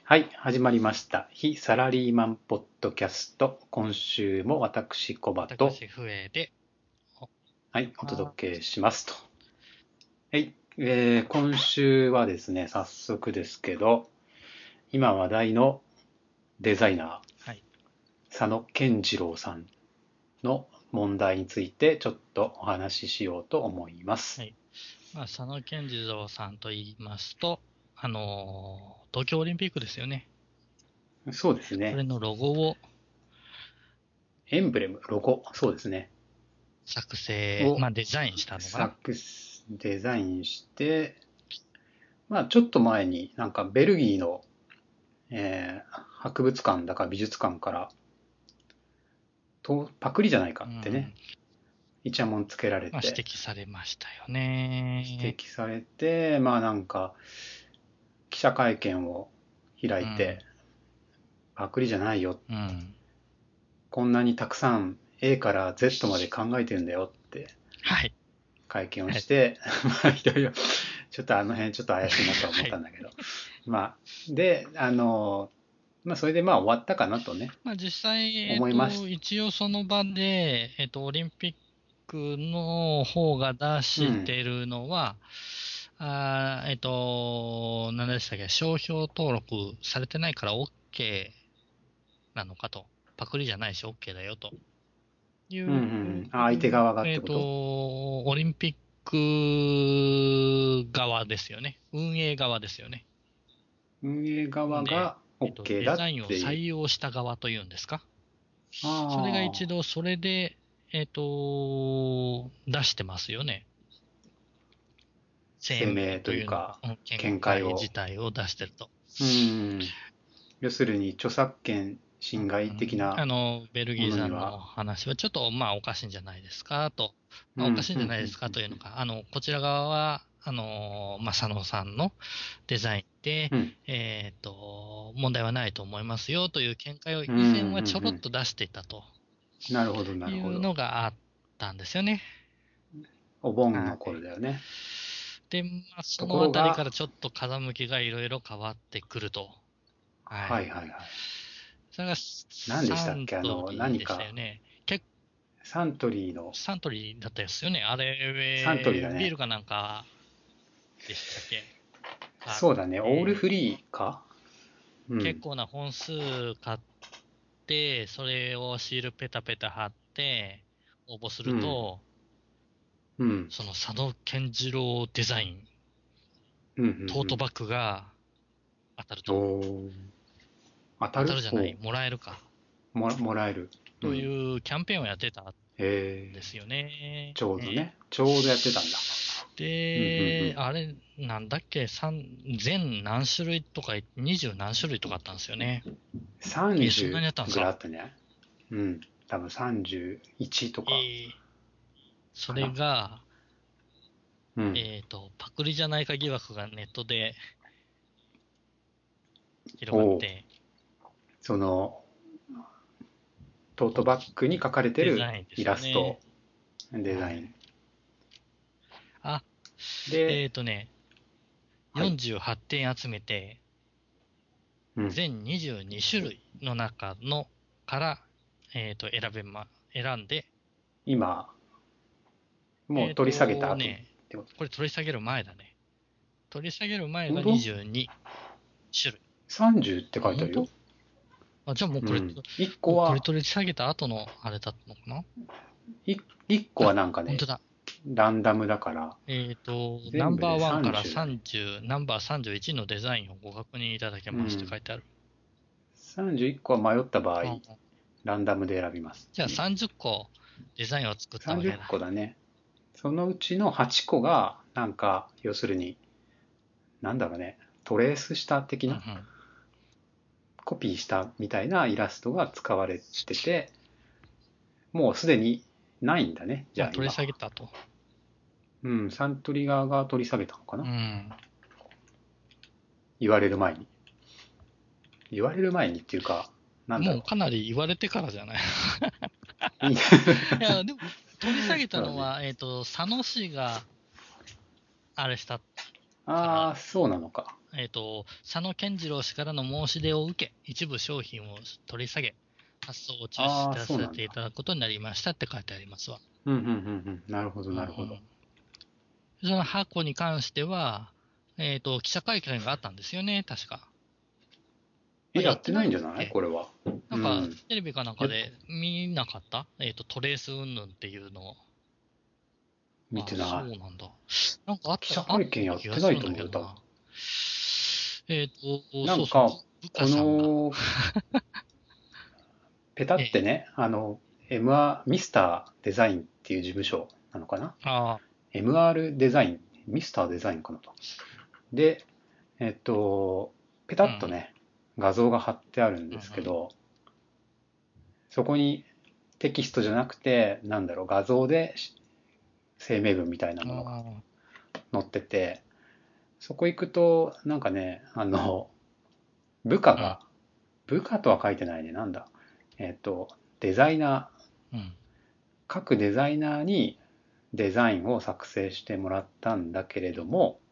はい、始まりました。非サラリーマンポッドキャスト。今週も私、コバと、 私、笛で、 はい、お届けしますと。はい、今週はですね、早速ですけど、今話題のデザイナー、 はい。 佐野健次郎さんの問題についてちょっとお話ししようと思います。 はい。佐野健次郎さんと言いますと、東京オリンピックですよね。 そうですね。 これのロゴをエンブレム、ロゴ、そうですね。 作成、 をデザインしたのかな。 デザインして、ちょっと前になんかベルギーの博物館だか美術館からパクリじゃないかうん。 ってね、イチャモンつけられて、 指摘されましたよね。 指摘されて、なんか記者会見を開いて、 うん。 パクリじゃないよ、 うん。 こんなにたくさん A から Z まで考えてるんだよってはい。 会見をはい。 して、いろいろ、ちょっとあの辺ちょっと怪しいなとは思はい。 ったんだけど、で、それで終わったかなとね、 実際、 思いまし一応その場で、オリンピックの方が出うん、 してるのは、何でしたっけ、商標登録されてないから OK なのかと。パクリじゃないし OK だよというん、うん、うう、 ん。相手側がってこと？ オリンピック側ですよね。運営側ですよね。 運営側で、 が OK だっデザインをていう。 採用した側というんですか。それがああ、 一度それで、出してますよね。声声明明というのか、 というか、 見解見解を。 自体を出してると。 うん。要するに、著作権侵害的なベルギーものには、 さんの話はちょっと、おかしいんじゃないですかと。 うん、うん、 おかしいんじゃないですかというのか、こちら側は、佐野さんのデザインで、 うん、 問題はないと思いますよという見解をうん、うん、 以前はちょろっうん。 と出していたとなるほど、ないうるほど。 のがあったんですよね。 お盆のはい。 頃だよね。 で、そとこのあろが、 たりからちょっと風向きがいろいろ変わってくると。はい。 はいはいはい。 それが何でしサンたっけトリーでした何か、 よね。 サントリーの、 サントリーだったですよね。あサントリーれ、 だね。 ビールかなんかでしたっけ買っそうだね。オールて、 フリーか。うん。 結構な本数買って、それをシールペタペタ貼って、応募すうん。 ると、 うん。 その佐野健次郎デザイン、 うん。うん。 トートバッグが当たるうん。 と。 おー。当た当たるおるじゃない、もらえるか。 もらえる。うとん。 いうキャンペーンをやってたんへえ。 ですよね。 ちょうどね。ちょうどやってたんだ。うん。うん。うで、 ん。 あれ、なんだっけ、全何種類とか、20何種類とかあったんですよね。そんなにあったんで 30ぐらいあすか。 ったんじゃない？うん。多分31とかえーそかな。 れが、 うん。 パクリじゃないか疑惑がネットで広がっおお。 て、 その、トートとバッグに書かれてデるイザインですよラスト、 ね。 デザイン。 はい。あ、 で、はい。 48点集めて、 うん。 全22種類の中のから、選んで、 今、もう取り下げた後ってこと？ これ取り下げる前だね。取り下げる前が本当？ 22種類。 30 ってあ、 書いてあるよ。 本当？じゃあもうこれ、 うん。1個は、 これ取り下げた後のあれだったのかな。 1個はあ、 なんかね、 本当だ。 ランダムだから、 ナ全部でンバーワンから 30だね。 30、ナンバー31のデザインをご確認いただけますってうん。 書いてある。 31個は迷った場合、 うん、 ランダムで選びますじゃあっていう。 30個デザインを作ったわ 30 けだ。 個だね。そのうちの8個が、なんか、要するに、なんだろうね、トレースした的な、 うんうん。 コピーしたみたいなイラストが使われてて、もうすでにないんだね、じゃあ取り今は。 下げたと。 うん、サントリガーが取り下げたのかな？ うん。 言われる前に。言われる前にっていうか、なんだろもうかなり言われてからじゃない。 う。いいいや、でも、取り下げそうだね。 たのは、佐野市が、あれした。 ああ、そうなのか。 佐野健次郎氏からの申し出を受け、一部商品を取り下げ、発送を中止ああ、 さそうなんだ。 せていただくことになりましたって書いてありますわ。 うん、うん、うん、うん。なるほど、 うんうなるほど。 ん。その箱に関しては、記者会見があったんですよね、確か。あ、 ややってないんってないんじゃないだっけ？ これは。 なんか、 うん。 テレビかなんかで見なかった？トレース云々っていうのを。あ、 見てない。 そうなんだ。なんか記者あった会見やって気がするんないと思うよ、多分。 だけどな。そうそう、 なんか、 部下こさんが。 の、ペタええ、 ってね、ミスターデザインっていう事務所なのかな？ あ MR デザイン、ミスターデザインかなと。で、ペタうん、 ッとね、画像が貼ってあるんうん、うですけん。 ど、そこにテキストじゃなくて、なんだろう、画像で声明文みたいなものがあ載ってて、そこ行くと、なんかね、部下あ、うん、 が、部下とは書いてないね、なんだ、えっと、デザイナー、 うん、 各デザイナーにデザインを作成してもらったんだけれども、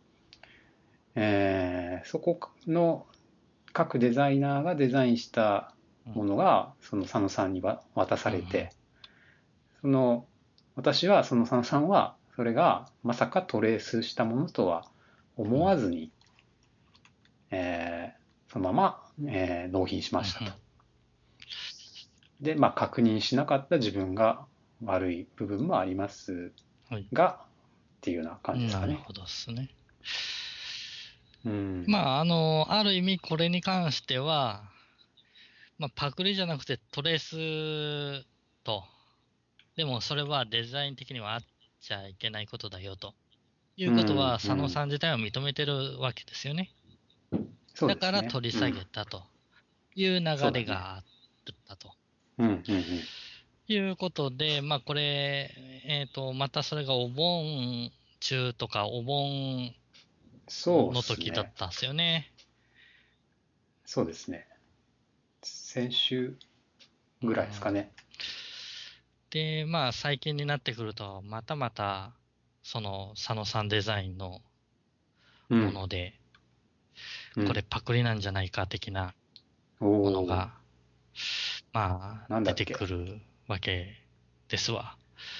そこの各デザイナーがデザインしたうん、 ものがその佐野さんに渡さうん、うん。 れて、その私はその佐野さんはそれがまさかトレースしたものとは思わずに、そのまま、納品しましたと。で、まあ、確認しなかった自分が悪い部分もありますはい。 がっていうような感じですかね。 なるほどですね。 うん。 まあ、ある意味これに関しては、まあ、パクリじゃなくてトレースと、でもそれはデザイン的にはあっちゃいけないことだよといううことは、 ん。うん。 佐野さん自体は認めてるわけですよね。だからそうですね。 取り下うん。 げたという流そうだね。 れがあったとうん。うん。うん。 いうことで、まあこれ、またそれがお盆中とかお盆そうっのすね。 時だったんですよね。 そうですね。先週ぐらいですかうん、 ね。 で、まあ最近になってくると、またまた、その佐野さんデザインのうん。 もので、これうん。 パクリなんじゃないか的なおお。 ものが、まあ出てなんだっけ。 くるわけですわ。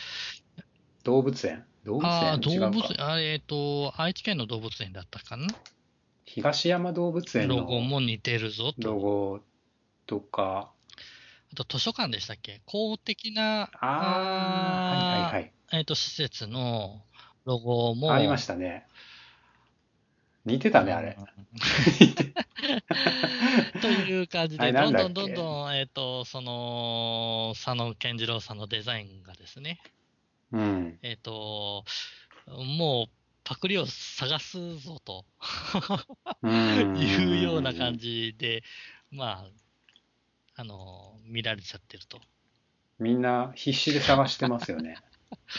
動物ああ、 園違うか。 愛知県の動物園だったかな。 東山動物園ロゴのも似てるぞと。 ロゴとか、 あと図書館でしたっけ？公的な、 ああ、はいはいはい。 施設のロゴありまも、 したね。似てたね、あうん、 れ。似てという感じで、 あれなんどんどだっけ。 んどんどん、佐野健次郎さんのデザインがですね、 うん。 もう、パクリを探すぞとうん。うんうんいうようなうんうん。 感じで、まあ、見られちゃってると。 みんな必死で探してますよね。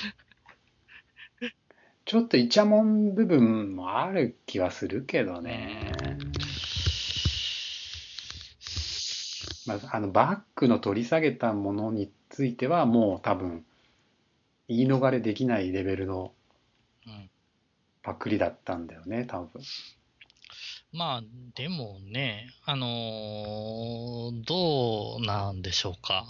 ちょっとイチャモン部分もある気はするけどうん。 ね。まあ、バッグの取り下げたものについてはもう多分言い逃れできないレベルのうん。 パクリだったんだよね、多分。 まあ、でもね、どうなんでしょうか。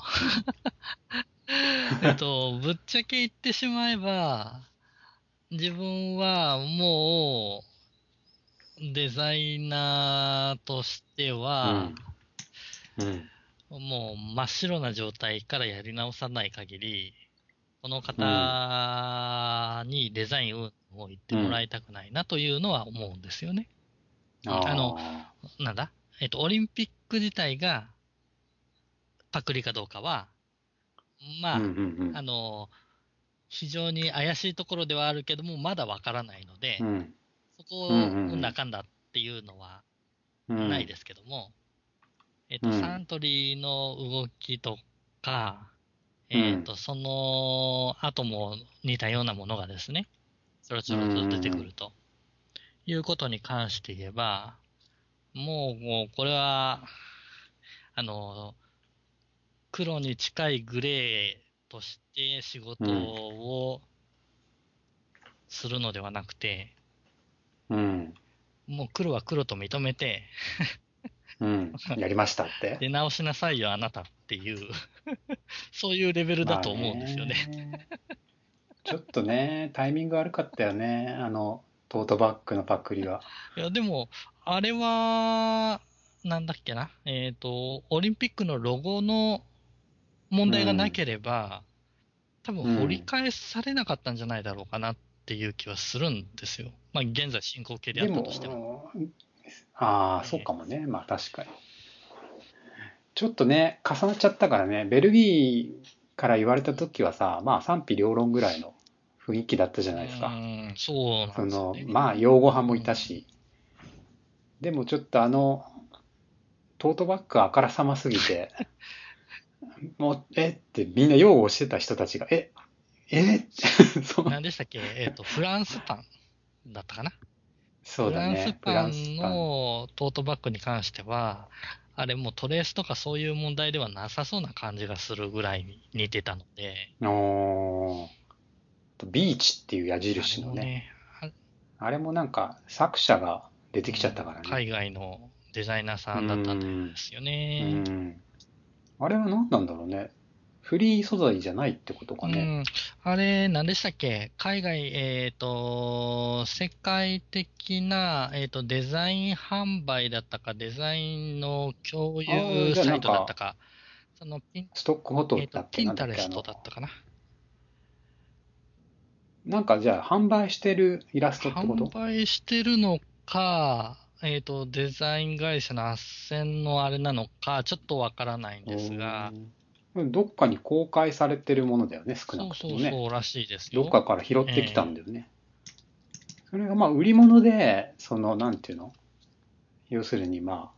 ぶっちゃけ言ってしまえば、自分はもう、デザイナーとしては、 うん。うん。 もう真っ白な状態からやり直さない限り、このうん。 方にデザインを言ってうん。 もらいたくないなというのは思うんですよね。うん、 ああ。 なんだオリンピック自体がパクリかどうかは、 うん。うまあ、 ん。 非常に怪しいところではあるけども、まだわからないので、 うん。 そうん。うこをん。 中んだっていうのはうん。うん。 ないですけども、 うん。 サントリーの動きとか、 うん。 その後も似たようなものがですね、ちょろちうん。うょろと出てくん。 るということに関して言えば、もうこれは、あの、黒に近いグレーとして仕事うん。 をするのではなくて、 うん。 もう黒は黒と認めて、 うん。やりましたって。 出直しなさいよ、あなたっていう、そういうレベルだまあと思うんですよね。 ね。ちょっとね、タイミング悪かったよね。トートバッグのパクリは。 いや、でも、あれは、なんだっけな。オリンピックのロゴの問うん。 題がなければ、多分掘りうん。 返されなかったんじゃないだろうかなっていう気はするんですよ。まあ、現在進行形であでったとしても。 も、ああ、そうえかもね。まあ確かに。ちょっとね、重なっちゃったからね、ベルギーから言われた時はさ、まあ賛否両論ぐらいの雰囲気だったじゃないですか。 そうなんですよまあね。 擁護派もいたうん。 し、でもちょっとトートバッグあからさますぎて、もう、ってみんな擁護してた人たちが、そう、 何でしたっけフランスパンだったかな。 そうフランスだね、フランスパンパン。 のトートバッグに関しては、あれもうトレースとかそういう問題ではなさそうな感じがするぐらいに似てたので、 のビーチっていう矢あれ印のね、 もね、 あれもなんか作者が出てきちゃったうん、 からね。 海外のデザイナーうーさんだったんでん、 すようーね。 ん。あれは何なんだろうね。フリー素材じゃないってことかね。 うん、あれ、何でしたっけ海外、世界的な、デザイン販売だったか、デザインの共ああ、じゃあ有サイなんか、 トだったか、そのストックフォトだっけピンなんだっけタレストだったかな。 なんかじゃあ販売してるイラストってこ販と？ 売してるのか、デザイン会社の斡旋のあれなのか、ちょっとわからないんうですが、 ーん。どっかに公開されてるものだよね、少なそうくともね。 そうそうらしいですよ。 どっかから拾ってきたんえだよね。それがまあ売り物で、なんていうの、要するにまあ、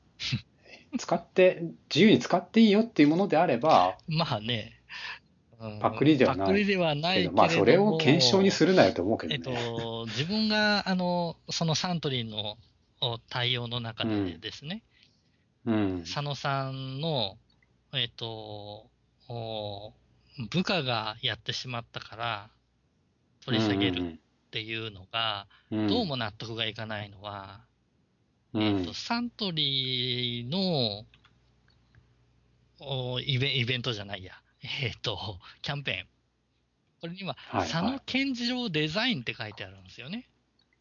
自由に使っていいよっていうものであれば、 まあね、うパクリではパクないリではなけど、まあいけれどそれを検証にも、 するなよと思うけどね。 自分が、そのサントリーの対応の中でうん。 ですね、 うん。 佐野さんの、えっと、お部下がやってしまったからうんう取り下げるっんていうのが、 うん。うん。 どうも納得がいかないのは、 うん。 サントリーのイベントじゃないや、キャンペーン。これには、佐野はいはい。 健次郎デザインって書いてあるんですよね。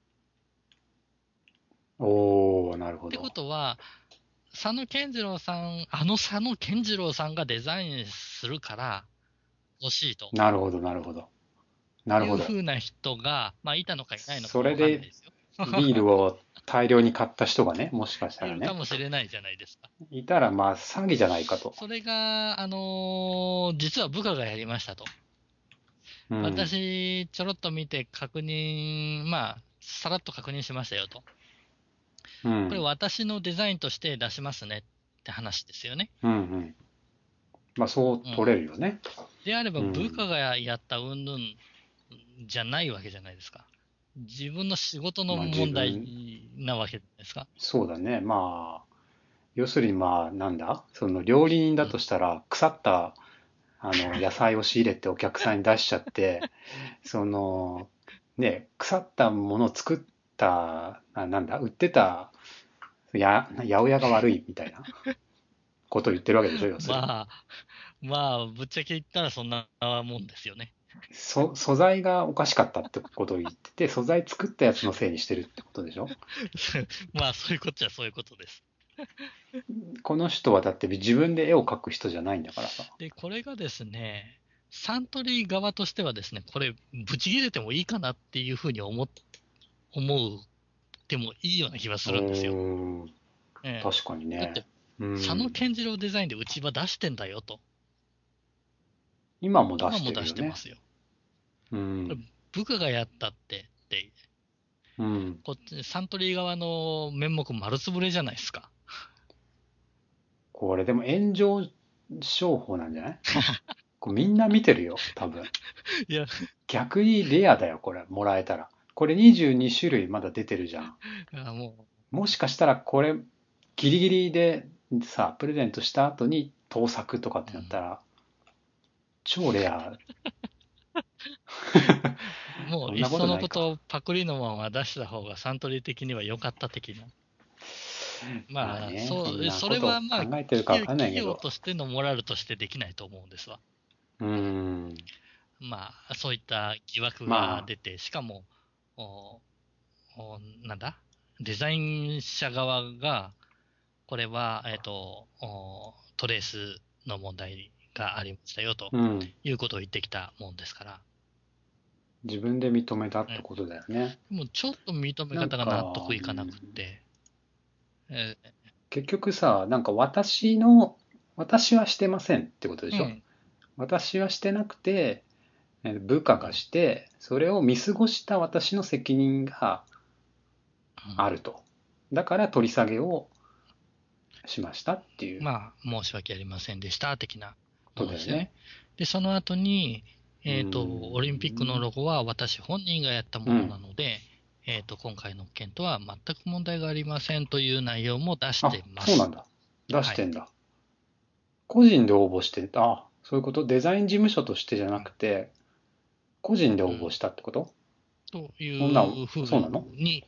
おー、なるほってこど。 とは、佐野健次郎さん、あの佐野健次郎さんがデザインするから欲しいとなるほど、なるほど。なるいうほど。 風な人が、まあ、いたのかいないのかもわそれでかんないですよ。 ビールを大量に買った人がね、もしかしたいるからね、 もしれないじゃないですか。 いたらまあ詐欺じゃないかと。 それが、実は部下がやりましたと。 うん。 私、ちょろっと見て確認、まあ、さらっと確認しましたよと。これうん。 私のデザインとして出しますねって話ですよね。 うんうん。まあそううん。 取れるよね。 であれば部下うん。 がやった云々じゃないわけじゃないですか。自分の仕事のまあ自問題分、 なわけじゃないですか。 そうだね。まあ、要するにまあなんだ料理人だうん。 としたら腐った野菜を仕入れてお客さんに出しちゃって、その、腐ったものを作った、なんだ、売ってた八百屋が悪いみたいなことを言ってるわけでしょ、要するに。 まあ、まあ、ぶっちゃけ言ったらそんなもんですよね。 素材がおかしかったってことを言ってて、素材作ったやつのせいにしてるってことでしょ。 まあ、そういうことじゃそういうことです。 この人はだって自分で絵を描く人じゃないんだからさ。 で、これがですね、サントリー側としてはですね、これ、ぶち切れてもいいかなっていうふうに思ってもいいような気はすうるんですよ。 ーん、 ええ。 確かにね。 だって、 う佐野ん。 健次郎デザインでうちは出してんだよと。 今も出し今も出てるよね。 してますよ。これ、 うん。 部下がやったって、 うん。 こっち、サントリー側の面目丸つぶれじゃないですか。 これでも炎上商法なんじゃない？これみんな見てるよ、多分。 いや、 逆にレアだよ、これ、もらえたら。これ22種類まだ出てるじゃん。 ももしかしたらこれ、ギリギリでさ、プレゼントした後に盗作とかっう、 てなったら、超レア。 もそんなこういっそのとないか。 ことをパクリのまま出した方がサントリー的には良かった的な。まあ、 まあね、そんなそことれはまあ、 考えてるかわかんないけど。 企業としてのモラルとしてできないと思うんですわ。 うーん。 まあ、そういった疑惑がま出て、しかも、おなんだデザイン者側が、これは、トレースの問題がありましたよとあ、うん。 いうことを言ってきたもんですから、 自分で認めたってね、 ことだよね。 もうちょっと認めなん方が納か、 得いかなくって、え結局さ、なんか私はしてませんってことでしょ？ うん、 私はしてなくて、部下がして、それを見過ごした私の責任があると。だから取り下げをしましたっていうまあ、申し訳ありませんでした、的なこものですよね。 とだよね。 で、その後に、 うーオリンピックのん。 ロゴは私本人がやったものなうん。 ので、今回の件とは全く問題がありませんという内容も出しあ、 てます。 そうなんだ。出しはい。 てんだ。個人で応募して、あ、そういうこと？デザイン事務所としてじゃなくて、個人でうん。 応募したってこと？ とそんな、 いうふうそうなの？ に、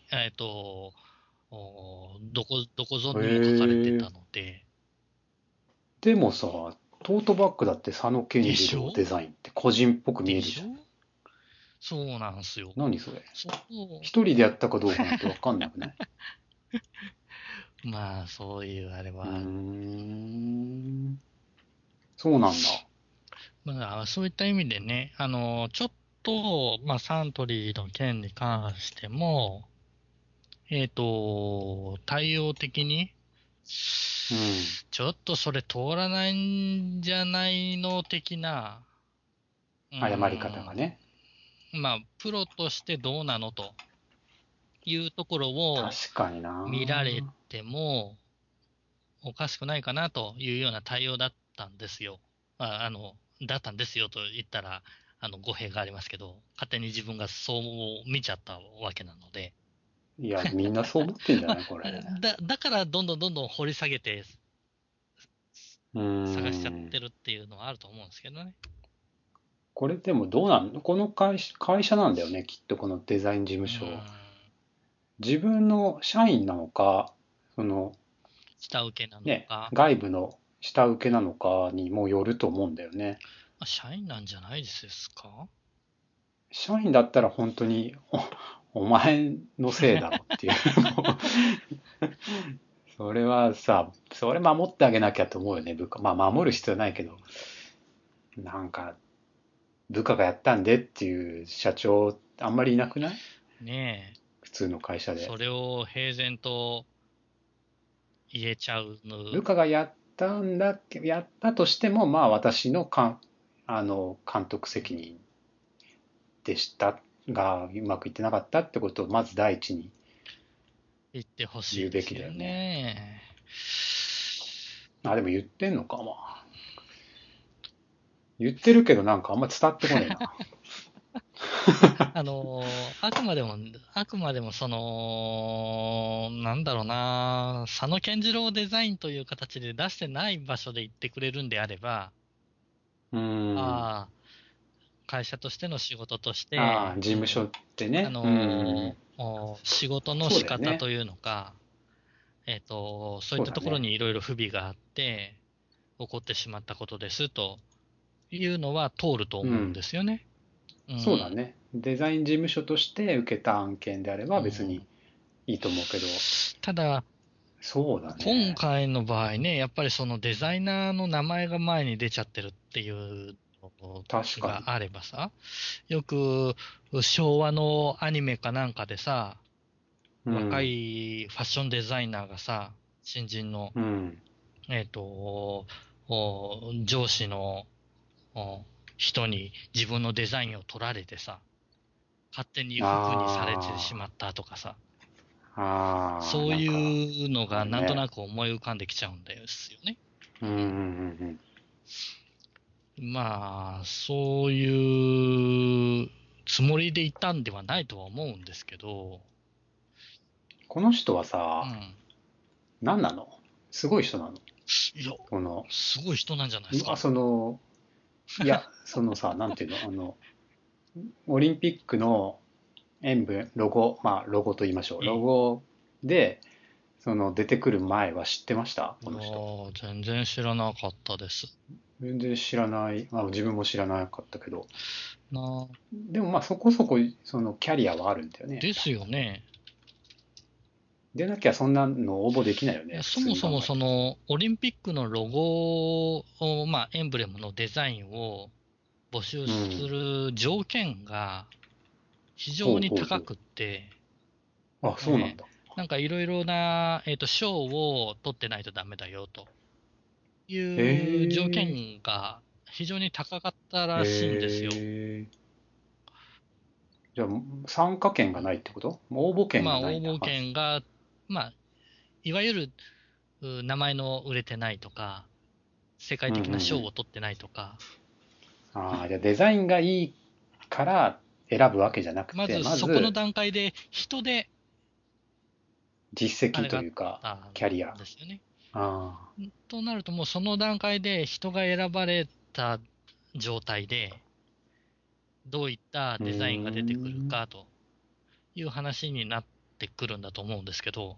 どこぞへにも書かれてえ。 たので、 でもさ、トートバッグだって佐野健次でしょ郎デザインって個人っぽく見えるじゃん。 でしょそうなんですよ。 何それ？ そう、 一人でやったかどうかなんてわかんなくない？ まあ、そういうあれうーは、 ん。そうなんだ。 まあ、そういった意味でね、ちょっと、まあ、サントリーの件に関しても、対応的に、 うん。 ちょっとそれ通らないんじゃないの的な、うー謝り方がん、 ね。 まあ、プロとしてどうなのというところを確かに見られな。 てもおかしくないかなというような対応だったんですよ。だったんですよと言ったら、語弊がありますけど、勝手に自分がそう見ちゃったわけなので、 いや、みんなそう思ってんじゃまないこれ？ あ、だからどんどん掘り下げてうー探しちゃってん。 るっていうのはあると思うんですけどね。 これでもどうなんの？この会社なんだよね、きっとこのデザイン事務うー所。 ん。 自分の社員なのか、その下請けなのね、 か、 外部の下請けなのかにもよると思うんだよね。 まあ、社員なんじゃないですか？ 社員だったら本当にお前のせいだろっていうもうそれはさ、それ守ってあげなきゃと思うよね、部下。まあ守る必要ないけど、なんか部下がやったんでっていう社長あんまりいなくない？ ねえ。 普通の会社で。 それを平然と言えちゃうの、 部下がやったとしても、まあ私の監督責任でしたが、うまくいってなかったってことをまず第一に言ってほし言うべいですよきだよね。 ね。 あ、でも言ってんのか、まあ。言ってるけどなんかあんま伝わってこねえな。 あくまでもなんだろうな、佐野健次郎デザインという形で出してない場所で言ってくれるんであれば、 うーん。 ああ、会社としての仕事としああ、 て、 事務所ってね。うんうんうん。 仕事の仕そうだよね。 方というのか、そういったところそうだね。 にいろいろ不備があって、起こってしまったことですというのは通ると思うんうん。 ですよね。うん。 そうだね。デザイン事務所として受けた案件であれば別にうん。 いいと思うけど、 ただ、 そうだ今ね。 回の場合ね、やっぱりそのデザイナーの名前が前に出ちゃってるっていうの確かに。 があればさ、よく昭和のアニメかなんかでさ、若うん。 いファッションデザイナーがさ、新人の、 うん。 えっと、上司のお人に自分のデザインを取られてさ、勝手に服にされてしまあったとかさ、 あ、ああ、 そうなんか、 いうのがなんとあるね。 なく思い浮かんできちゃうんですよね。 うんうんうんまあ、そういうつもりでいたんではないとは思うんですけど、 この人はさ、 うん。 何なの？すごい人なの？ いや、 この、 すごい人なんじゃないですか。 いや、そのさ、なんていうの？ オリンピックの演舞、ロゴ、まあロゴと言いましょう。ロゴで、その出てくる前は知ってましたいやこの人？ ー、全然知らなかったです。 全然知らない。まあ自分も知らなかったけど。 な、 でもまあそこそこそのキャリアはあるんだよね。 ですよね。 でなきゃそんなの応募できないよいや、 ね。普通そもそもに考えて。 その、オリンピックのロゴを、まあ、エンブレムのデザインを募集うん。 する条件が非常ほうほうほに高くって、 う。あ、そうなんね、 だ。 なんかいろいろな、賞を取ってないとダメだよという条へえ。 件が非常に高かったらしいんですよ。 へえ。じゃあ参加権がないってこと？応募権まあ、 がないんだ、 応募まず。 権が、まあ、いわゆる名前の売れてないとか、世界うんうんう的な賞ん。 を取ってないとか、 ああ、じゃあデザインがいいから選ぶわけじゃなくまて、 ずそこのまず段階で人で実績あれがあっというか、 たキャリア。 んですよね。 ああ。 となるともうその段階で人が選ばれた状態でどういったうーデザインが出てくるん。 かという話になってくるんだと思うんですけど、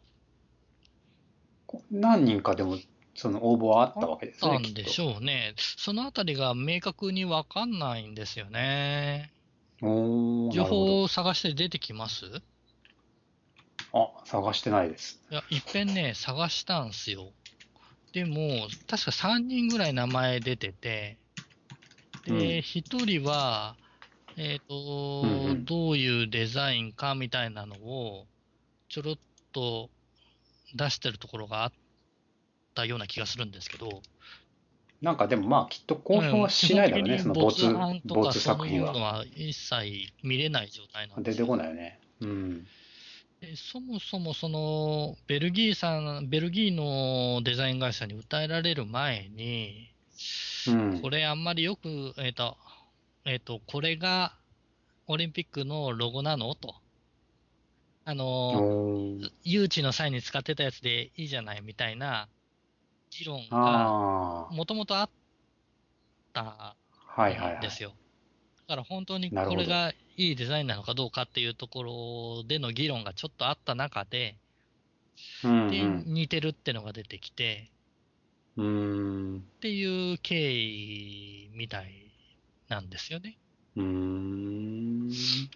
何人かでもその応募はあっあったわけですね、 たんでしきっと。 ょうね。そのあたりが明確にわかんないんですよね。 おー、 情なるほど。 報を探して出てきます？ あ、探してないです。 いや、いっぺんね、探したんすよ。でも、確か3人ぐらい名前出てて、で、 うん。 1人は、 うんうん。 どういうデザインかみたいなのを、ちょろっと出してるところがあったような気がするんですけど、 なんかでもまあきっと公表はうん、基しないだろうね、 本的にその没案とか没そういう作品は。 のは一切見れない状態なんで出てすよ。 こないよね。うん。 でそもそもその、ベルギーのデザイン会社に訴えられる前に、 うん。 これあんまりよく、これがオリンピックのロゴなのと。あおの、 ー。 誘致の際に使ってたやつでいいじゃないみたいな議論がああ。 もともとあったはいはいはい。 んですよ。だから本当になるほど。 これがいいデザインなのかどうかっていうところでの議論がちょっとあった中で、 うん似てるってのが出てきて、 うん。 っていう経緯みたいなんですよね。 うーん。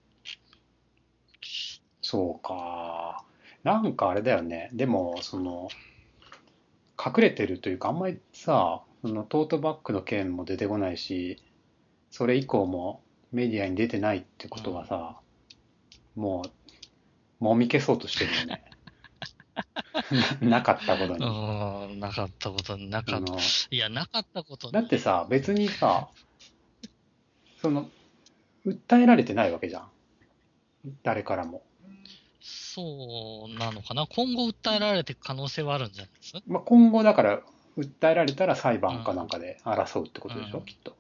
そうか。なんかあれだよね。でも、その、隠れてるというか、あんまりさ、そのトートバッグの件も出てこないし、それ以降もメディアに出てないってことはうん。 さ、もう、もみ消そうとしてるよね。なかったことに。 なかったことになかった。 その、 いや、なかったことに。 だってさ、別にさ、その、訴えられてないわけじゃん。誰からも。 そうなのかな。今後訴えられていく可能性はあるんじゃないですか？ まあ、今後だから、訴えられたら裁うん。 判かなんかで争うってことでしょ、 うん。 きっと。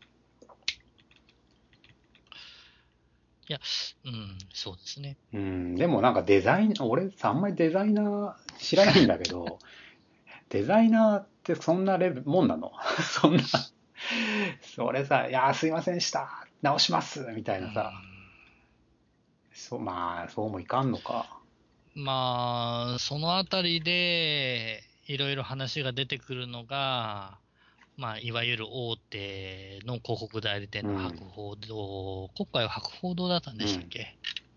いや、うん、そうですね。 うん、でもなんかデザイン、俺さ、あんまりデザイナー知らないんだけど、デザイナーってそんなレベル、もんなの？そんな、それさ、いやーすいませんでした、直します、みたいうなさ、 ん。 まあ、そうもいかんのか。 まあ、そのあたりで、いろいろ話が出てくるのが、まあ、いわゆる大手の広告代理店のうん、 博報堂、今回は博報堂だったんでうん。 したっけ？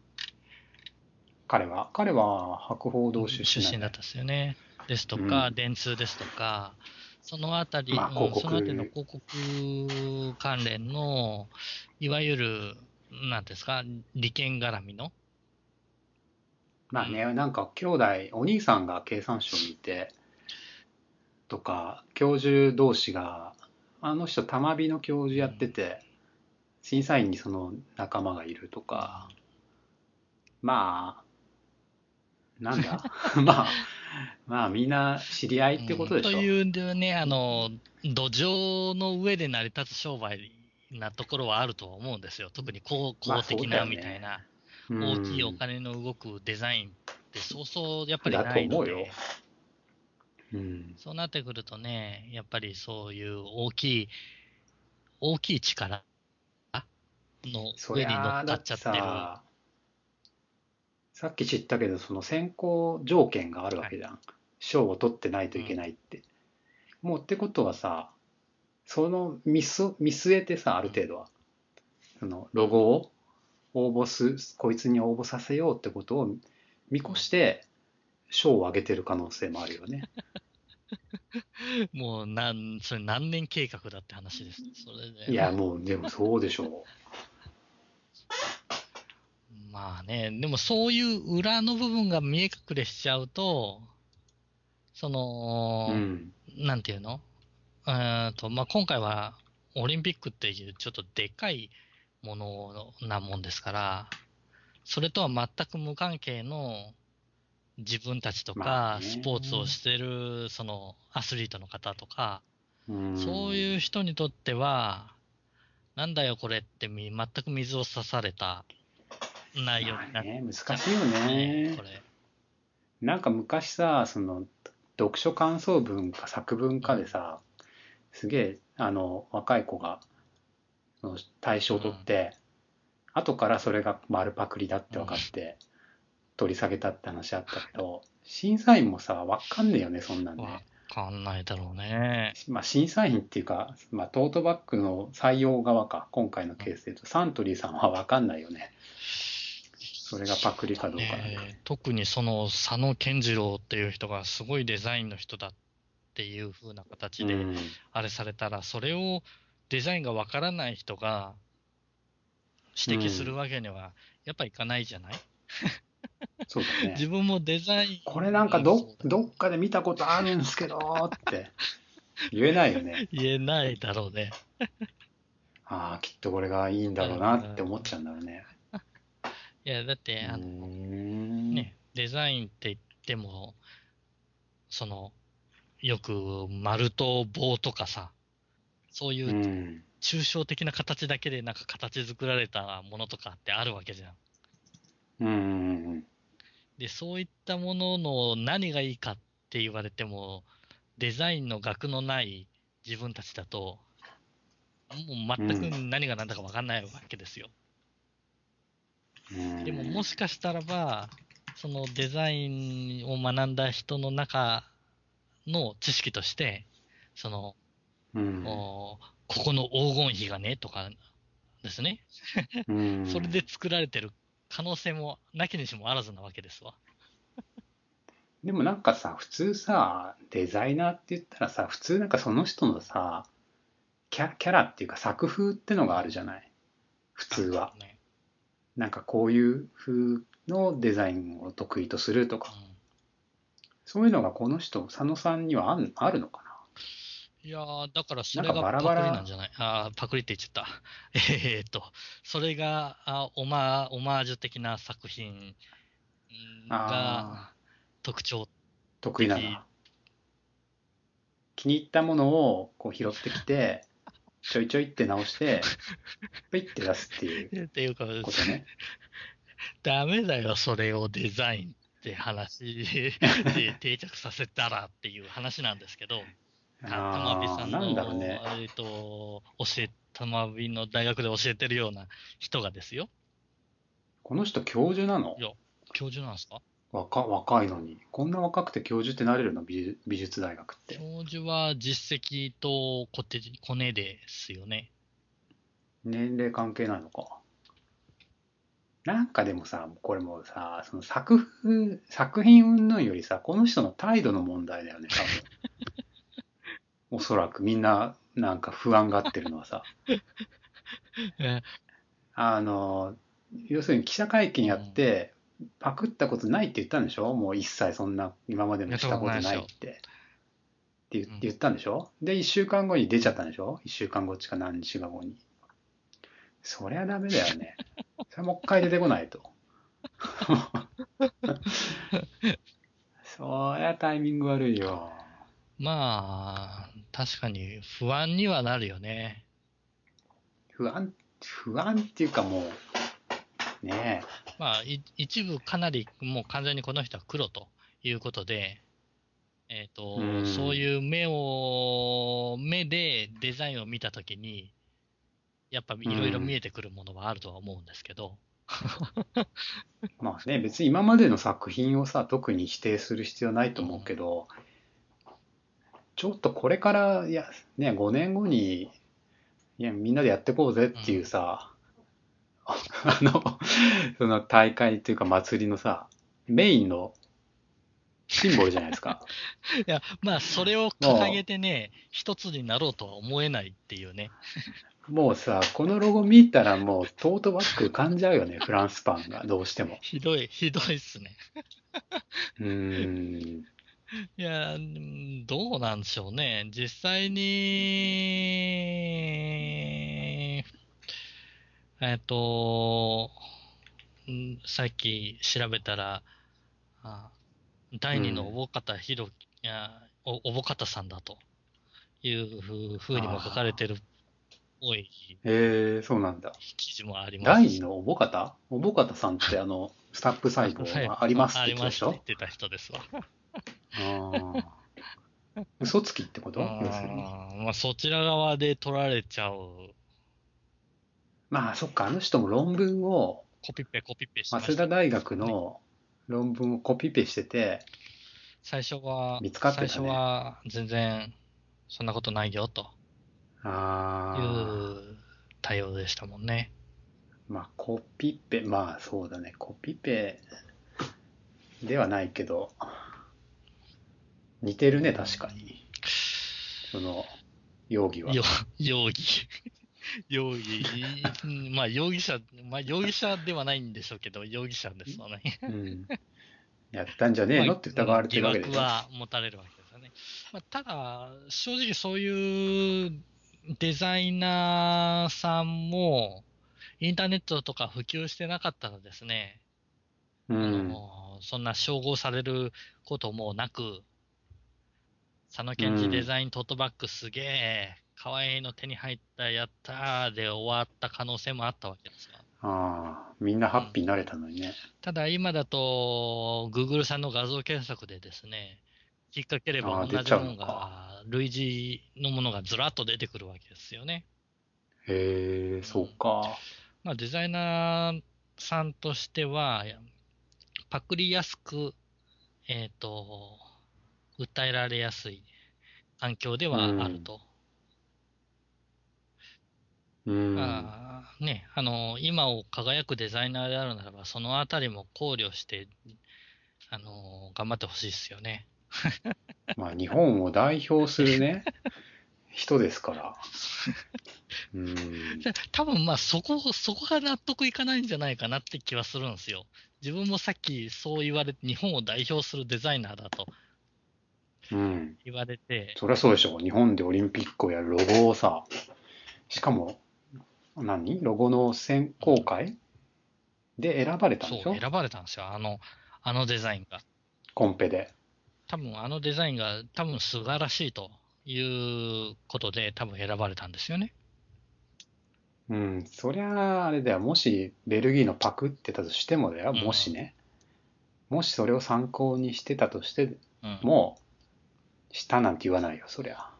彼は博報堂出身なんだよ。 出身だったんですよね。ですとか、 うん。 電通ですとか、そのあたり、 まあ、広そのあたりの告、 広告関連の、いわゆる、なんていうんですか、利権絡みの、うん、 まあね、なんか兄弟、お兄さんが経産省にいて、とか、教授同士が、あの人、玉美の教授やってうん、 て、審査員にその仲間がいるとうん。 か、まあ、なんだまあ、まあみんな知り合いってこうん、ととでしょ。 いうんでね、土壌の上で成り立つ商売なところはあるとは思うんですよ。特にまあそうだ公的なよね。 みたいな、 う大きいおん。 金の動くデザインってそうそうやっぱりだとないの思うよ。 で、 うん。 そうなってくるとね、やっぱりそういう大きい力のそり上に乗っゃあだってかっちゃってる。 さ、さっき知ったけど、その選考条件があるわはい。 けじゃん。賞を取ってないといけうん。 ないって。もうってことはさ、その見据えてさ、あうん。 る程度は、そのうん。 ロゴをこいつに応募させようってことを見うん。 越して賞を上げてる可能性もあるよね。 もう、それ何年計画だって話です。それで、 いや、もう、でもそうでしょまあね、でもそういう裏の部分が見え隠れしちゃうと、そう。うの、 ん。 なんていうのまあ、今回はオリンピックっていうちょっとでかいものなもんですから、それとは全く無関係の自分たちとまあか、スポーツをね。 してる、そのアスリートの方とか、 うそういうん。 人にとっては、なんだよこれって全く水を差された内容になっまあね、難ちゃうんでしいよすよね、 ね。 これ。 なんか昔さ、その、読書感想文か作文うん。 かでさ、すげえ、若い子が、その大賞を取っうん。 て、後からそれが丸パクリだって分うん。 かって、取り下げたって話あったけど、審査員もさ、わかんねえよね、そんなんわね。 かんないだろうね。 まあ、審査員っていうか、まあ、トートバッグの採用側か、今回のうん。 ケースで言うと、サントリーさんはわかんないよね。それがパクリかどうかなんて。 特にその佐野健次郎っていう人がすごいデザインの人だっていう風な形でうん。 あれされたら、それをデザインがわからない人が指摘するうん。 わけにはやっぱいかないじゃない。 そうだね。 自分もデザイこれなんかン、そうだ。 どっかで見たことあるんすけどって言えないよね。 言えないだろうね。 ああ、きっとこれがいいんだろうなって思っちゃうんだろうね。 いや、だって、 うーん。 ね、デザインって言っても、その、よく丸と棒とかさ、そういううん。 抽象的な形だけでなんか形作られたものとかってあるわけじゃん。 うん。 で、そういったものの何がいいかって言われても、デザインの額のない自分たちだと、もう全くうん。 何が何だかわかんないわけですよ。 うん。 でももしかしたらば、そのデザインを学んだ人の中の知識として、その、 うん。 ここの黄金比がね、とかですね。 うそれでん。 作られてる可能性もなきにしもあらずなわけですわ。 でもなんかさ、普通さ、デザイナーって言ったらさ、普通なんかその人のさ、キャラっていうか作風ってのがあるうん。 じゃない。普通あるは。 ね。 なんかこういう風のデザインを得意とするとか。 うん。 そういうのがこの人、佐野さんにはあるのかいやー、だからそな。なんかバラれがパバラ、 クリなんじゃない？パクリって言っちゃった。それが、オマージュ的な作品があ特徴得意なん的だ。気に入ったものをこう拾ってきて、ちょいちょいって直して、ペイって出すっていうっていうか、 ことね。 ダメだよ、それをデザインって話で定着させたらっていう話なんですけど、玉美ああ、 さんなんだろうね。 の、玉美の大学で教えてるような人がですよ。 この人教授なの？ いや、教授なんですか？ 若いのに。こんな若くて教授ってなれるの？美術大学って。 教授は実績とコネですよね。 年齢関係ないのか。なんかでもさ、これもうさ、その作品云々よりさ、この人の態度の問題だよね、多分。おそらくみんななんか不安がってるのはさ、 え、 あの、要するに記者会見やっうん。 て、パクったことないって言ったんでしょ？もう一切そんな今までやったこもしたこととないですよ。 ないってうん。 言ったんでしょ？で、一週間後に出ちゃったんでしょ？一週間後っちか何日か後に。そりゃダメだよね。それもう一回出てこないと。そりゃタイミング悪いよ。 まあ、確かに不安にはなるよね。 不安っていうかもう、ねまあ、一部かなりもう完全にこの人は黒ということで、 え。うそうん。 いう目でデザインを見たときに、 やっぱいろいろ見えてくるものはあるとは思うんですけど、 まあね、別に今までの作品をさ、特に否定する必要ないと思うけど、ちょっとこれから、いや、ね、5年後に、いや、みんなでやってこうぜっていうさ、その大会っていうか祭りのさ、メインのシンボルじゃないですか。 いや、まあ、それを掲げもてね、一つになろうとは思えないっていうね。 もうさ、このロゴ見たらもうトートバッグ浮かんじゃうよね、フランスパンが、どうしても。 ひどいっすね。 うーん、 いや、どうなんでしょうね。実際に、えっと、さっき調べたら、あ第二のうん。 おぼかたひろき、おぼかたさんだというふうにも書かれああ、 てるっぽいそうなんだ。 記事もありますし、 第二のおぼかたさんってスタップスタッ細胞フファイブ、 がありますってあります人でしょ？ って言ってた人ですわ。 ああ、嘘つきってこと要するに。 まあ、そちら側で取られちゃう。 まあ、そっか、あの人も論文を、 コピペして早ました稲田大学ね。 の論文をコピペしてて、見つかっ最初てたね。 は全然そんなことないよといああ、 う対応でしたもんね。 まあ、コピペ、まあそうだね、コピペではないけど、似てるね、確かに。その、容疑は。 よ、容疑、容疑、まあ容疑者ではないんでしょうけど、容疑者ですよね。 うん。やったんじゃねえまあ、 のって疑われて疑るわけでしょ？ 惑は持たれるわけですよね。まあ、ただ、正直そういうデザイナーさんも、インターネットとか普及してなかったらですね、 うん。 そんな称号されることもなく、佐野健二デうん。 ザイントートバッグすげえ、可愛いの手に入ったやったーで終わった可能性もあったわけですわ。 ああ、みんなハうん。 ッピーになれたのにね。 ただ今だと、Google さんの画像検索でですね、引っ掛ければああ、出ちゃう同じもののか。 が、類似のものがずらっと出てくるわけですよね。 へえ、そううん。 か。 まあデザイナーさんとしては、パクりやすく、えっと、訴えられやすい環境ではあるうん。 と。 うん。 まあね、今を輝くデザイナーであるならば、そのあたりも考慮して、頑張ってほしいですよね。 まあ、日本を代表するね、人ですから。うん。 多分まあそこが納得いかないんじゃないかなって気はするんですよ。自分もさっきそう言われて、日本を代表するデザイナーだとうん。 言われて、 そりゃそうでしょ。日本でオリンピックをやるロゴをさ、しかも、ロゴの選うん、 考会で選ばれたんでしょ？ そう選ばれたんですよ。あのデザインが。 コンペで。 多分あのデザインが多分素晴らしいということで多分選ばれたんですよね。 うん。そりゃあ、あれだよ。もし、ベルギーのパクってたとしてもだよ。 うん。 もしね。もしそれを参考にしてたとしてうん。 も、したなんて言わないよ、そりゃ。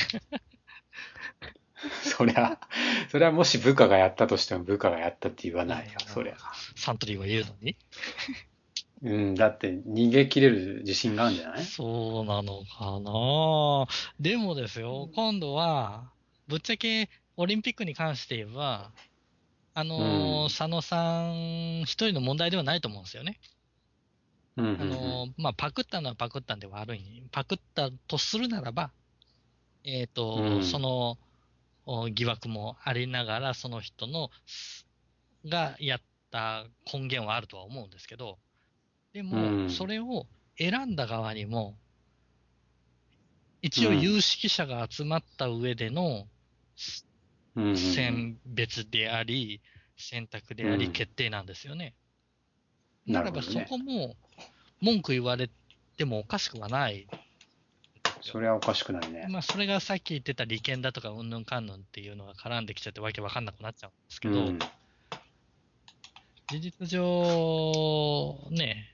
そりゃ、それはもし部下がやったとしても部下がやったって言わうん、 ないよ、そりゃ。 サントリーは言うのに。 うん、だって逃げ切れる自信があるんじゃない？ そうなのかな。でもですよ、今度は、ぶっちゃけオリンピックに関して言えば、 うん。 佐野さん一人の問題ではないと思うんですよね。 うん、うん、 まあ、パクったのはパクったんで悪い。パクったとするならば、 うん。うそん。 の疑惑もありながら、その人がやった根源はあるとは思うんですけど、でうも、そん。 れを選んだ側にも、一応うん。 有識者が集まった上でのうん。 選別であり、選択であり、 うん。 決定なんですよね。ならばそなるほどね。 こも文句言われてもおかしくはないですよ。 それはおかしくないね。 まあ、それがさっき言ってた利権だとか、うんぬんかんぬんっていうのが絡んできちゃってわけわかんなくなっちゃうんですけど、 うん。 事実上、ね、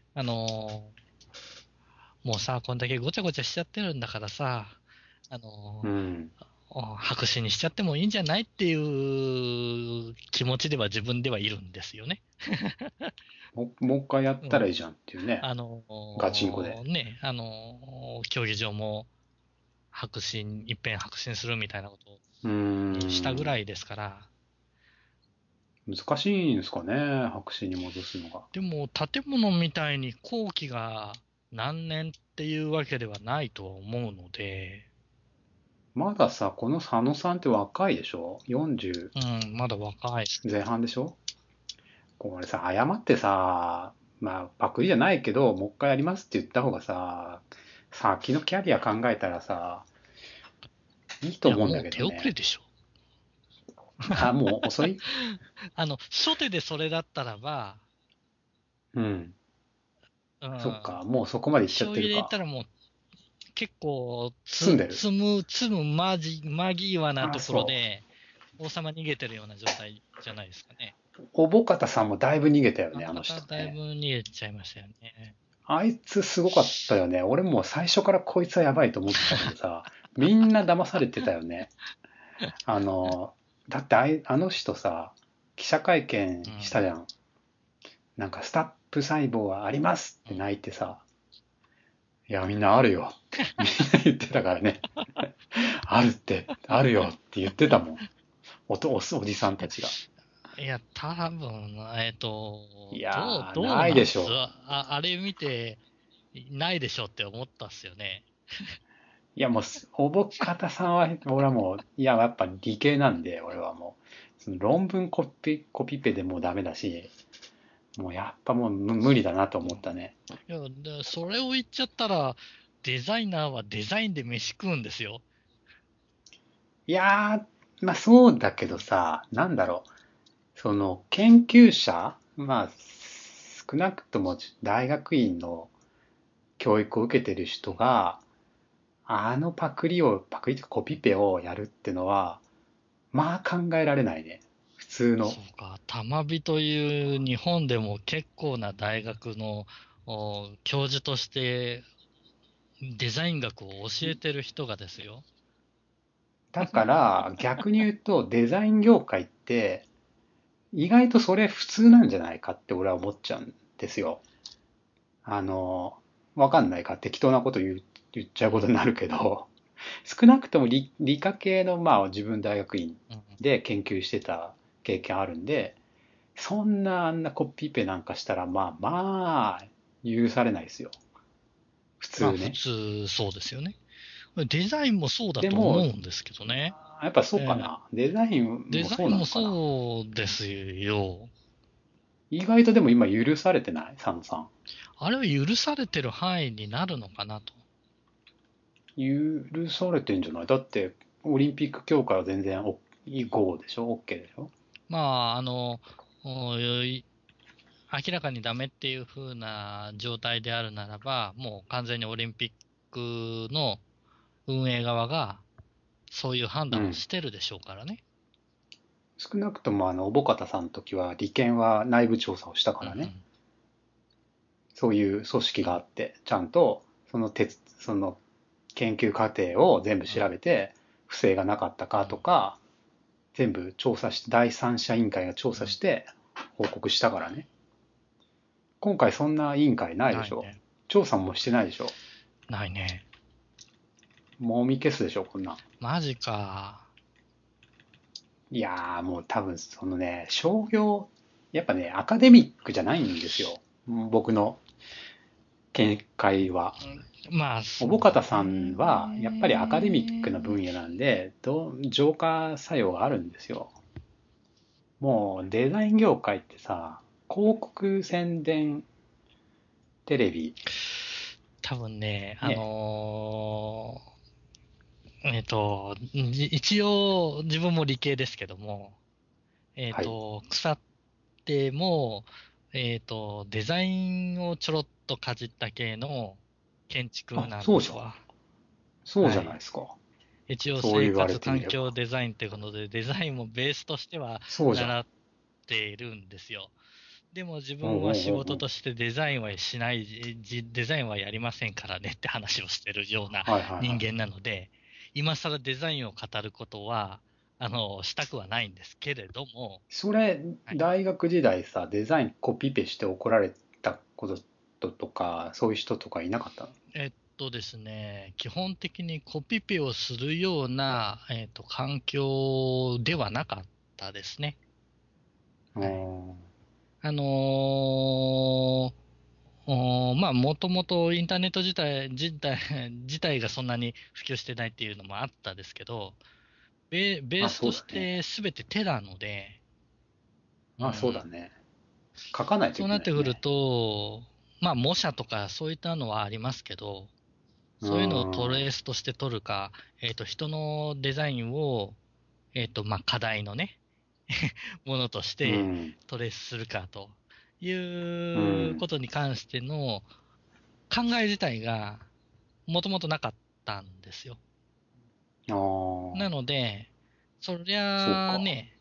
もうさ、こんだけごちゃごちゃしちゃってるんだからさ、あの、 うん。 白紙にしちゃってもいいんじゃないっていう気持ちでは自分ではいるんですよね。 もう一回やっうん。 たらいいじゃんっていうね。 あのガチンコで。 ね、競技場もいっぺん白紙にするみたいなことうーにしたぐらん。 いですから、 難しいんですかね、白紙に戻すのが。 でも建物みたいに工期が何年っていうわけではないとは思うので、 まださ、この佐野さんって若いでしょ？ うん、まだ若い。 40 前半でしょ？これさ、謝ってさ、まあ、パクリじゃないけど、もう一回やりますって言った方がさ、先のキャリア考えたらさ、いいといや、 思うんもう手遅れだけどね。 でしょ。 あ、もう遅い？ 初手でそれだったらば、 うん。 うん、 そっか、もうそこまで行っちゃっ醤油入れてるか。 たらもう結構住んでる。 積む間際なあ、 ところそで、王様逃げてるような状態じゃないですかね。 う。おぼかたさんもだいぶ逃げたよね、あのあの方、 人ね。 だいぶ逃げちゃいましたよね。 あいつすごかったよね。俺もう最初からこいつはやばいと思ってたけどさ、みんな騙されてたよね。あの、だってあの人さ、記者会見うん。 したじゃん。なんかスタップ細胞はありますってうん。 泣いてさ、いやみんなあるよってみんな言ってたからね。あるって、あるよって言ってたもん。おじさんたちが。 いや、多分、 いやー、 どうないなんすでしょあれ見て、ないでしょって思ったっすよね。 う。いやもう、おぼかたさんは、俺はもう、いや、やっぱ理系なんで、俺はもう、その論文コピペでもうダメだし、もうやっぱもう無理だなとうん。 思ったね。 いや、それを言っちゃったら、デザイナーはデザインで飯食うんですよ。 いやー、まあそうだけどさ、なんだろう。その研究者、まあ少なくとも大学院の教育を受けてる人が、あのパクリとかコピペをやるってのは、まあ考えられないね。普通の。 そうか、玉美という日本でも結構な大学の教授としてデザイン学を教えてる人がですよ。 だから逆に言うとデザイン業界って意外とそれ普通なんじゃないかって俺は思っちゃうんですよ。あの、わかんないか適当なこと言っちゃうことになるけど、少なくとも理科系のまあ自分大学院うん。 で研究してた経験あるんで、そんなあんなコピペなんかしたらまあ許されないですよ。普まあ普通ね。 通そうですよね。デザインもそうだと思でも、 うんですけどね。 やっぱそうかえな。デザインもそうデザインもなのかな。 そうですよ。 意外とでも今許されてない佐野さん。 あれは許されてる範囲になるのかなと。 許されてんじゃない？だって、オリンピック協会は全然GO でしょ？ OK でしょ？ まあ、明らかにダメっていう風な状態であるならば、もう完全にオリンピックの運営側がそういう判うん。 断をしてるでしょうからね。 少なくとも小保方さんの時は、利権は内部調査をしたかうんうらね。 ん。 そういう組織うんがあって、ちゃんと、その研究過程を全部うん。 調べて、不正がなかったかとか、全部調査して、第三者委員会が調うん。 査して報告したからね。今回そんな委員会ないでしょ？ ないね。 調査もしてないでしょ？ ないね。 もみ消すでしょ、こんなん。 マジか。 いやー、もう多分そのね、商業、やっぱね、アカデミックじゃないんですよ。僕の見解は。 まあ、 おそうぼかたさんは、やっぱりアカデミックな分ね。 野なんで、浄化作用があるんですよ。もうデザイン業界ってさ、広告宣伝テレビ、 多分ね、 ね、 一応自分も理系ですけども、 はい。 腐っても、デザインをちょろっとかじった系の建築あ、 なんそうじゃん。 ですわ。 そうじゃないはい。 ですか。 一応そう言われ生活環てみれば。 境デザインっていうことで、デザインもベースとしてはそうじゃん。 習っているんですよ。でも自おうおう分は仕おうおう。 事としてデザインはしない、デザインはやりませんからねって話をしてるようなはいはいはい。 人間なので、 今更デザインを語ることは、したくはないんですけれども、 それ、 はい。 大学時代さ、デザインコピペして怒られたこととか、そういう人とかいなかったの？ ですね、基本的にコピペをするような、環境ではなかったですね。 あはい。 ーあのまあ、もともとインターネット自体がそんなに普及してないっていうのもあったですけど、ベーあ、 スとしそうだね。 て全て手なので、うあ、そうん、 だね。書かないといそうなってくるけないよね。 と、まあ、模写とかそういったのはありますけど、 うそういうのをトん。 レースとして取るか、人のデザインを、まあ、課題のね、ものとしてうん。 トレースするかというん。 うことに関しての考え自体がもともとなかったんですよ。 あなあ、 ので、そりそうか。 ゃあね、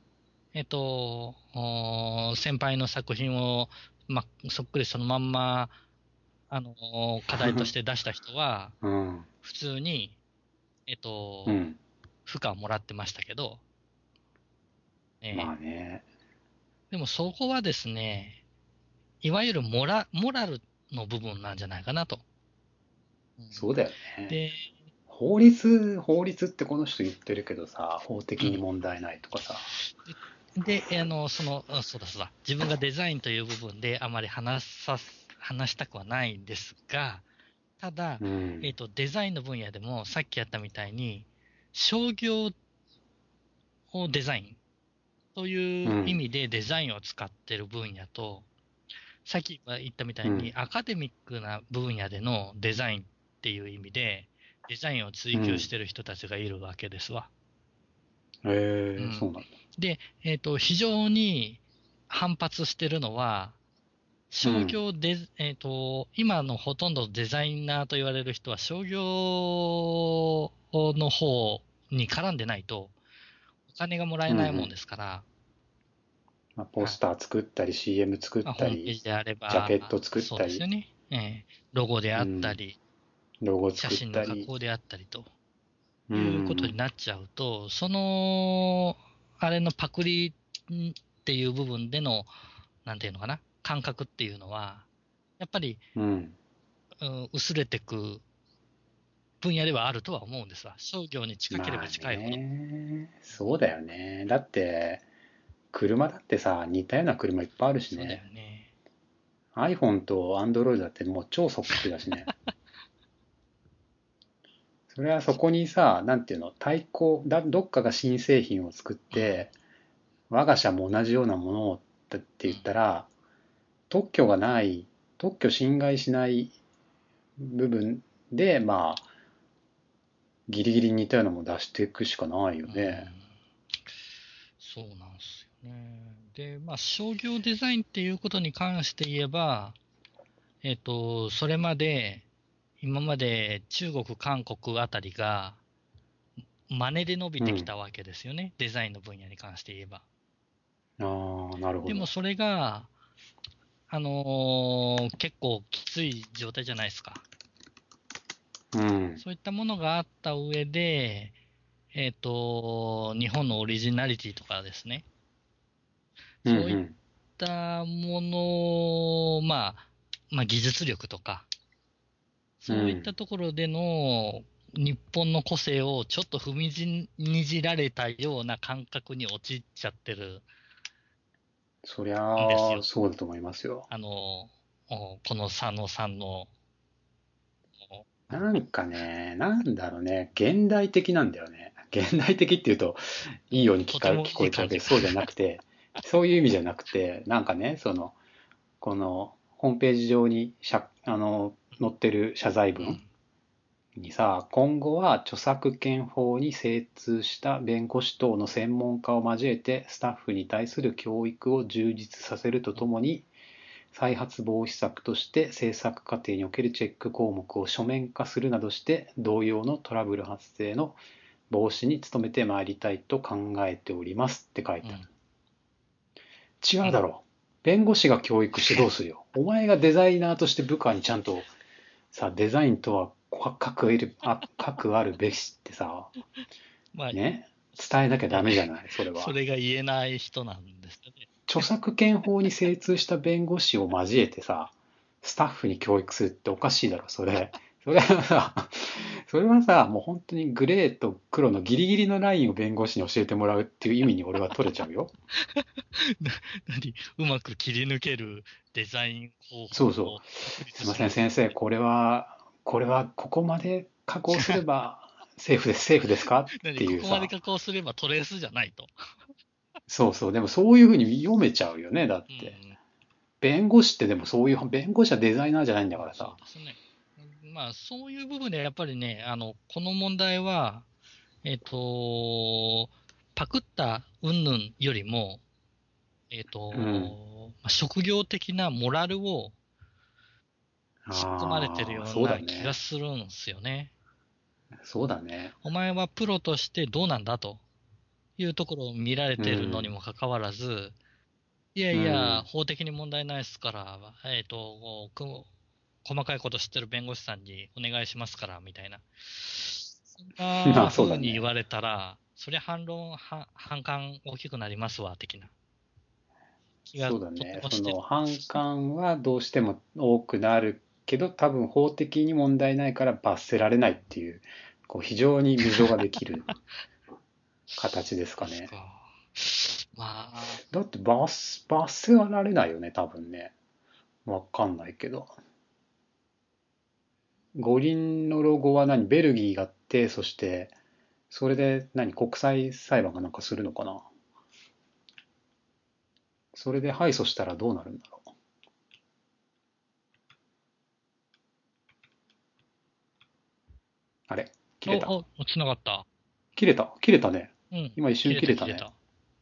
先輩の作品を、まあ、そっくりそのまんま、課題として出した人は、 うん。 普通に、えっと、 うん。 負荷をもらってましたけど、 まあえね。 でもそこはですね、いわゆるモラルの部分なんじゃないかなと。うん、 そうだよね。 で、 法律ってこの人言ってるけどさ、法的にうん。 問題ないとかさ。 で、そうだそうだ、自分がデザインという部分であまり話したくはないんですが、ただ、 うん。 デザインの分野でもさっきやったみたいに、商業をデザインという意うん。 味でデザインを使ってる分野と、さっき言ったみたいにうん。 アカデミックな分野でのデザインっていう意味で、デザインを追求しうん。 てる人たちがいるわけですわ。うええ、そん。 うなんだ。 で、非常に反発してるのは、 うん。 商業デ、今のほとんどデザイナーと言われる人は商業の方に絡んでないとお金がもらえないもんうんうん。 ですから、 まあ、ポはい。 スター作ったり、CM 作っまあ、ホームペーたり、 ジであれジャば、 ケット作っそうたり、 ですよね。ロゴであったうん。 り、 ロゴ作っ写真のたり。 加工であったりとうんいうことにうんなっちゃうと、あれのパクリっていう部分での、なんていうのかな、感覚っていうのは、やっぱり、 うん。うん。 薄れてく分野ではあるとは思うんですわ。商業に近ければまあ近いほど。 ね。そうだよね。だって、車だってさ、似たような車いっぱいあるしそうだよね。 ね。 iPhone と Android だってもう超そっくりだしね。それはそこにさ、なんていうの、どっかが新製品を作っうん、 て、我が社も同じようなものをってうん。 言ったら、特許がない、特許侵害しない部分で、まあ、ギリギリ似たようなものを出していくしかないようね。 ん、そうなんですよね。で、まあ、商業デザインっていうことに関して言えば、それまで、今まで中国、韓国あたりが真似で伸びうん。 てきたわけですよね。デザインの分野に関して言えば。 ああ、なるほど。 でもそれが、結構きつい状態じゃないですか。 うん。 そういったものがあった上で、日本のオリジナリティとかですね。そういっうんたもの、まあ技術力とか、 うん。 そういっうん。 たところでの日本の個性をちょっと踏みにじられたような感覚に陥っちゃってるそりゃあ、 んですよ。 そうだと思いますよ。 あの、この佐野さんの、 なんかね、なんだろうね、現代的なんだよね。現代的っていうと、いいようにとても聞こえちゃうけど、 いい感じが。 そうじゃなくて、そういう意味じゃなくて、なんかね、このホームページ上に載ってる謝罪文うん、 にさ、今後は著作権法に精通した弁護士等の専門家を交えてスタッフに対する教育を充実させるとうん、 ともに、再発防止策として制作過程におけるチェック項目を書面化するなどして同様のトラブル発生の防止に努めてまいりたいと考えておりますって書いてある。 うん、うん。 違うだろう。弁護士が教育してどうするよ。お前がデザイナーとして部下にちゃんとさ、デザインとは核あるべしってさ、 まあ、 ね、伝えなきゃダメじゃない、それそは。 れが言えない人なんですよね。 著作権法に精通した弁護士を交えてさ、スタッフに教育するっておかしいだろ、それ。それはさ、もう本当にグレーと黒のギリギリのラインを弁護士に教えてもらうっていう意味に俺は取れちゃうよ。 うまく切り抜けるデザイン方法そうそう。 を確立すいません、 します。 先生、これはここまで加工すればセーフですかってここまでいうさ、 加工すればトレースじゃないと。 そうそう、でもそういうふうに読めちゃうよね、だっうて。 ん。 弁護士ってでもそういう、弁護士はデザイナーじゃないんだからさ。 そうですね。まあ、そういう部分でやっぱりね、この問題は、えっと、パクった云々よりも、 うん。 職業的なモラルを突っ込まれてるああ、 ようそうだな気がね。 するんですよね。 そうだね。 お前はプロとしてどうなんだというところを見られうてるのにん。 もかかわらず、いやういや、 ん。 法的に問題ないですから、細かいこと知ってる弁護士さんにお願いしますから、みたいな。そんまあなそうだね。 風に言われたら、そりゃ反感大きくなりますわ、的な気がとてそうだね。 もしてるその反んですよね。 感はどうしても多くなるけど、多分法的に問題ないから罰せられないっていう、こう非常に溝ができる形ですかね。 ですか。まあ、 だって罰せられないよね、多分ね。わかんないけど。五輪のロゴはベルギーが提訴して、それで国際裁判がなんかするのかな。それで敗訴したらどうなるんだろう。あれ切れた繋がった。 切れたね。 うん。 今一瞬切れ切れたね。 た切れた。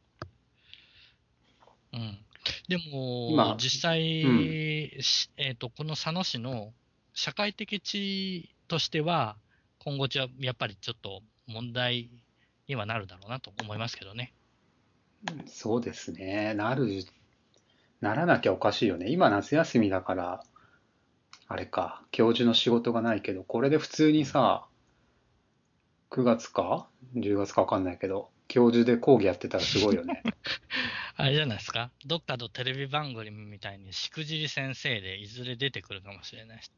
うん。でも、 今、 実うん。 際、この佐野市の社会的地位としては、今後やっぱりちょっと問題にはなるだろうなと思いますけどね。 そうですね。ならなきゃおかしいよね。今夏休みだから、あれか、教授の仕事がないけど、これで普通うん。 にさ、9月か ?10 月かわかんないけど、教授で講義やってたらすごいよね。 あれじゃないですか。どっかのテレビ番組みたいにしくじり先生でいずれ出てくるかもしれないし。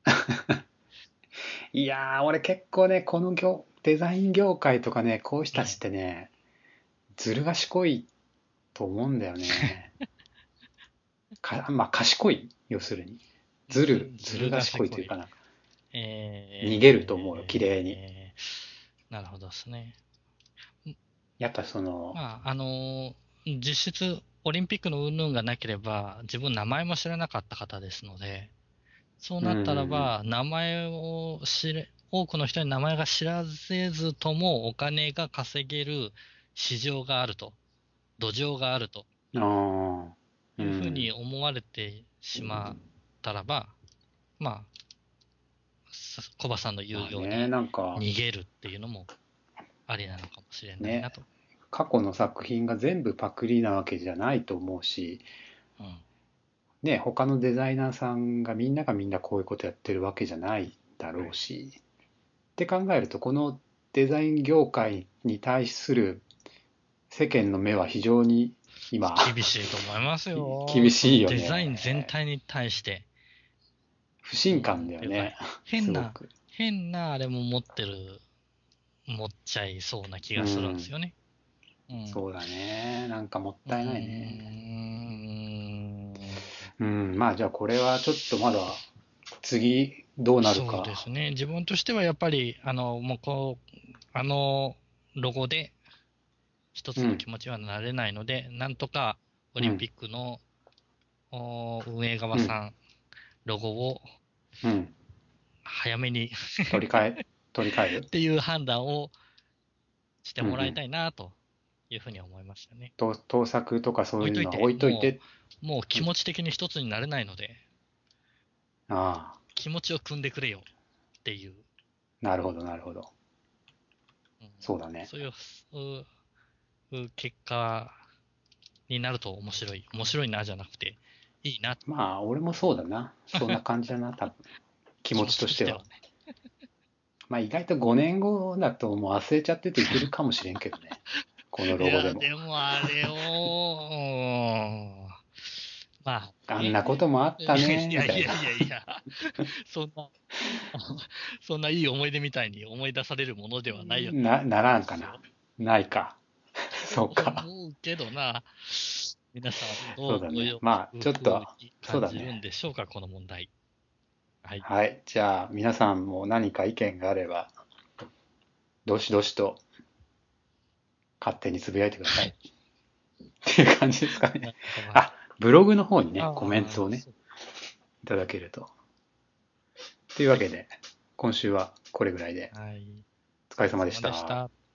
いやー、俺結構ね、このデザイン業界とかね、こういう人たちっね。 てね、ずる賢いと思うんだよね。まあ賢い、要するに。ずるずる賢い賢い。 というか逃げると思うよ、綺麗に。 なるほどですね。 やっぱその、 まあ、実質、オリンピックの云々がなければ、自分名前も知らなかった方ですので、そううんうなったらんば、多くの人に名前が知らせずともお金が稼げる市場があると、土壌があるとうん。ああ、ういうふうん。 に思われてしまったらば、まあ、コバさんの言うまあね、 ように逃げるっていうのもありなのかもしれないね、 なと。 過去の作品が全部パクリなわけじゃないと思うし、 うん。 ね、他のデザイナーさんがみんなこういうことやってるわけじゃないだろうし、って考えると、このデザイン業界に対する世間の目は非常に今、 厳しいと思いますよ。 厳しいよデザイン全ね。 体に対して。 不信感だっていうか、 よね。す変な、 ごく。 変なあれも持っちゃいそうな気うがするんですん。 よね。うん。 そうだね。なんかもっうたいないね。 ーん。 うん。まあじゃあこれはちょっとまだ次どうなるそうですか。 ね。自分としてはやっぱり、もうロゴで一つのうん。 気持ちはなれないので、なんとかオリンうん。 ピックの運営側うん。 さん、ロゴをうん。 早めに取り替え、取り替える。 っていう判断をしてもらいうんうん。 たいなというふうに思いましたね。 盗作とかそういうのは置置いといて、 いといて。 もううん。 気持ち的に一つになれないので、 ああ、 気持ちを組んでくれよっていう、 なるほど、なるほど。 うん、 そうだね。 そういう結果になると面白いなじゃなくて、いいな、 まあ、俺もそうだな。そんな感じだな、多分。気持気持ちとしては。 ちとしてはね。 まあ意外と5年後だともう忘れちゃってていけるかもしれんけどね。このいや、 ロゴでも。 でもあれを、まああんなね、 こともあったね、 いやみたいな。 いやいやいや、そんな、そんないい思い出みたいに思い出されるものではないような気ならんかな。 がしますよ。 ないか。そうか。 思うけどな、皆さんそうだね。 どういうまあ、ちょっと、 風にそう感じるんだね。 でしょうか、この問題。はい。 はい。じゃあ、皆さんも何か意見があれば、どしどしと勝手につぶやいてください。っていう感じですかね。あ、ブログの方にね、コメントああ、 をね、 そう。 いただけると。というはい。 わけで、今週はこれぐらいで、 はい。 お疲れお疲れ様様でした。 でした。